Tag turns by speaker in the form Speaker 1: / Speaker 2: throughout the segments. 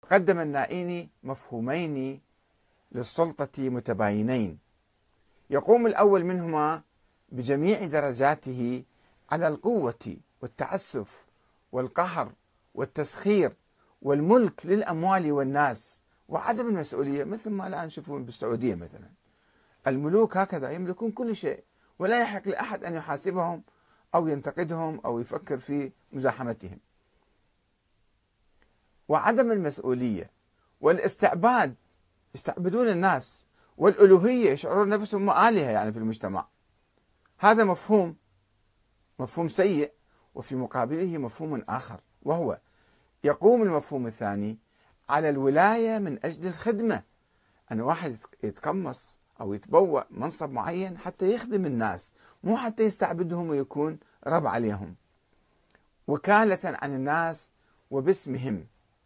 Speaker 1: قدم النائيني مفهومين للسلطة متباينين، يقوم الأول منهما بجميع درجاته على القوة والتعسف والقهر والتسخير والملك للأموال والناس وعدم المسؤولية، مثل ما الآن نشوفون بالسعودية مثلا الملوك هكذا يملكون كل شيء ولا يحق لأحد أن يحاسبهم أو ينتقدهم أو يفكر في مزاحمتهم، وعدم المسؤولية والاستعباد، يستعبدون الناس، والألوهية، يشعرون نفسهم آلهة يعني في المجتمع. هذا مفهوم سيء. وفي مقابله مفهوم آخر، وهو يقوم المفهوم الثاني على الولاية من أجل الخدمة، أن واحد يتقمص أو يتبوأ منصب معين حتى يخدم الناس، مو حتى يستعبدهم ويكون رب عليهم، وكالة عن الناس وباسمهم،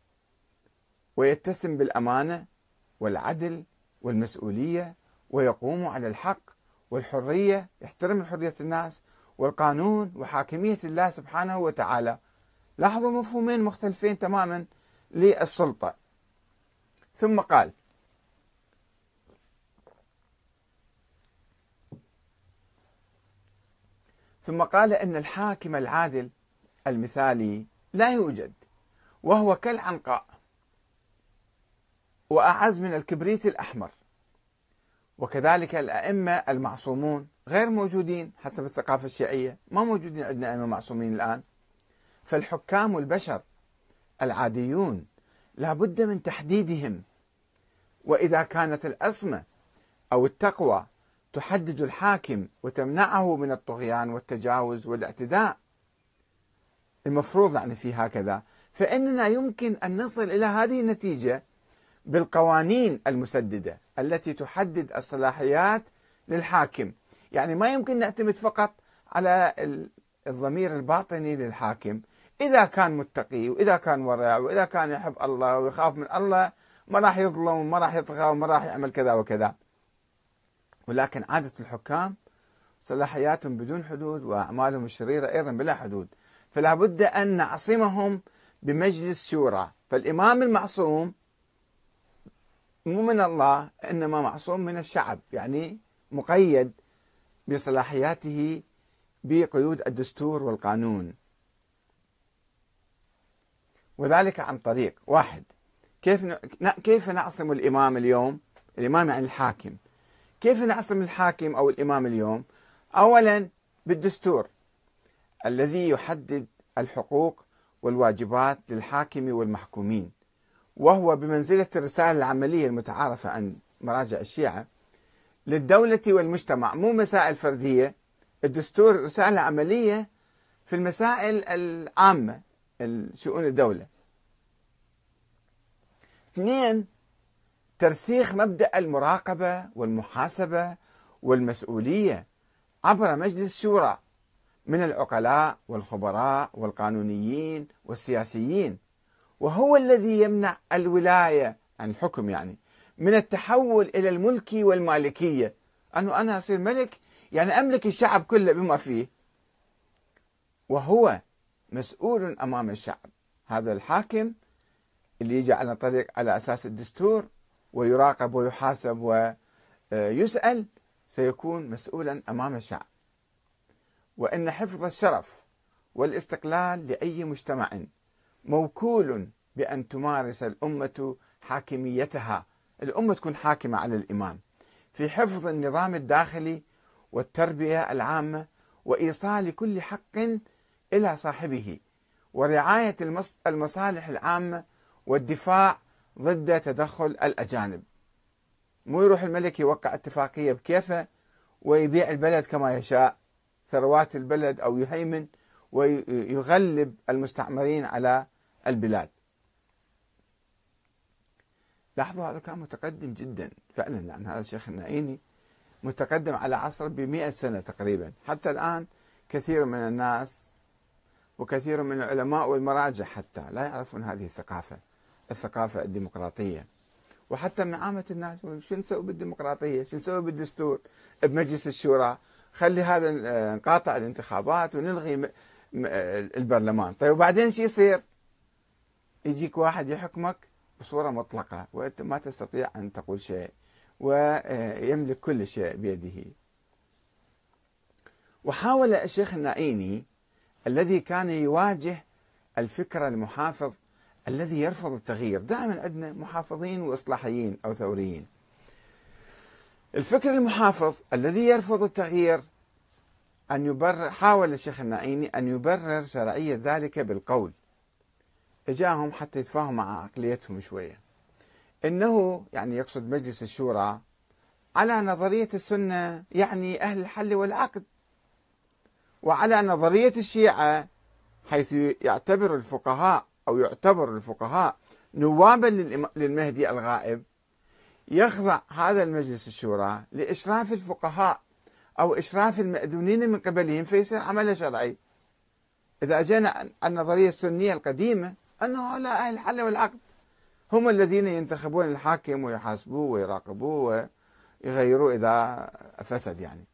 Speaker 1: ويتسم بالأمانة والعدل والمسؤولية، ويقوم على الحق والحرية، يحترم حرية الناس والقانون وحاكمية الله سبحانه وتعالى. لاحظوا مفهومين مختلفين تماما للسلطة. ثم قال إن الحاكم العادل المثالي لا يوجد، وهو كالعنقاء وأعز من الكبريت الأحمر، وكذلك الأئمة المعصومون غير موجودين حسب الثقافة الشيعية، ما موجودين عندنا أئمة معصومين الآن. فالحكام البشر العاديون لا بد من تحديدهم، وإذا كانت العصمة أو التقوى تحدد الحاكم وتمنعه من الطغيان والتجاوز والاعتداء المفروض يعني في هكذا، فإننا يمكن أن نصل إلى هذه النتيجة بالقوانين المسددة التي تحدد الصلاحيات للحاكم. يعني ما يمكن نعتمد فقط على الضمير الباطني للحاكم، إذا كان متقي وإذا كان ورع وإذا كان يحب الله ويخاف من الله ما راح يظلم وما راح يطغى وما راح يعمل كذا وكذا. ولكن عادة الحكام صلاحياتهم بدون حدود وأعمالهم الشريرة أيضا بلا حدود، فلا بد أن نعصمهم بمجلس شورى. فالإمام المعصوم مو من الله، إنما معصوم من الشعب، يعني مقيد بصلاحياته بقيود الدستور والقانون، وذلك عن طريق واحد. كيف نعصم الإمام اليوم؟ الإمام يعني الحاكم. كيف نعصم الحاكم أو الإمام اليوم؟ أولا بالدستور الذي يحدد الحقوق والواجبات للحاكم والمحكومين، وهو بمنزلة الرسالة العملية المتعارفة عن مراجع الشيعة للدولة والمجتمع، مو مسائل فردية. الدستور رسالة عملية في المسائل العامة شؤون الدولة. اثنين، ترسيخ مبدأ المراقبة والمحاسبة والمسؤولية عبر مجلس شورى من العقلاء والخبراء والقانونيين والسياسيين، وهو الذي يمنع الولاية عن الحكم يعني من التحول إلى الملك والمالكية، أنه أنا أصير ملك يعني أملك الشعب كله بما فيه، وهو مسؤول أمام الشعب. هذا الحاكم اللي يجي على طريق على أساس الدستور ويراقب ويحاسب ويسأل سيكون مسؤولا أمام الشعب. وإن حفظ الشرف والاستقلال لأي مجتمع موكول بأن تمارس الأمة حاكميتها، الأمة تكون حاكمة على الإمام في حفظ النظام الداخلي والتربية العامة وإيصال كل حق إلى صاحبه ورعاية المصالح العامة والدفاع ضد تدخل الأجانب. مو يروح الملك يوقع اتفاقية بكيفه ويبيع البلد كما يشاء، ثروات البلد، أو يهيمن ويغلب المستعمرين على البلاد. لاحظوا هذا كان متقدم جدا فعلا، يعني هذا الشيخ النائيني متقدم على عصر ب100 سنة تقريبا. حتى الآن كثير من الناس وكثير من العلماء والمراجع حتى لا يعرفون هذه الثقافة الديمقراطية. وحتى من عامة الناس شو نسوي بالديمقراطية، شو نسوي بالدستور بمجلس الشورى، خلي هذا نقاطع الانتخابات ونلغي البرلمان. طيب وبعدين شو يصير؟ يجيك واحد يحكمك بصورة مطلقة، وأنت ما تستطيع أن تقول شيء، ويملك كل شيء بيده. وحاول الشيخ النائيني الذي كان يواجه الفكر المحافظ الذي يرفض التغيير، دائما عندنا محافظين وإصلاحيين أو ثوريين. الفكر المحافظ الذي يرفض التغيير حاول الشيخ النائيني أن يبرر شرعية ذلك بالقول، إجاهم حتى يتفاهم مع عقليتهم شوية، إنه يعني يقصد مجلس الشورى على نظرية السنة يعني أهل الحل والعقد، وعلى نظرية الشيعة حيث يعتبر الفقهاء نوابا للمهدي الغائب، يخضع هذا المجلس الشورى لإشراف الفقهاء أو إشراف المأذونين من قبلهم، فيصير عمل شرعي. إذا أجينا عن النظرية السنية القديمة أنه هؤلاء أهل الحل والعقد هم الذين ينتخبون الحاكم ويحاسبوه ويراقبوه ويغيروه إذا فسد يعني.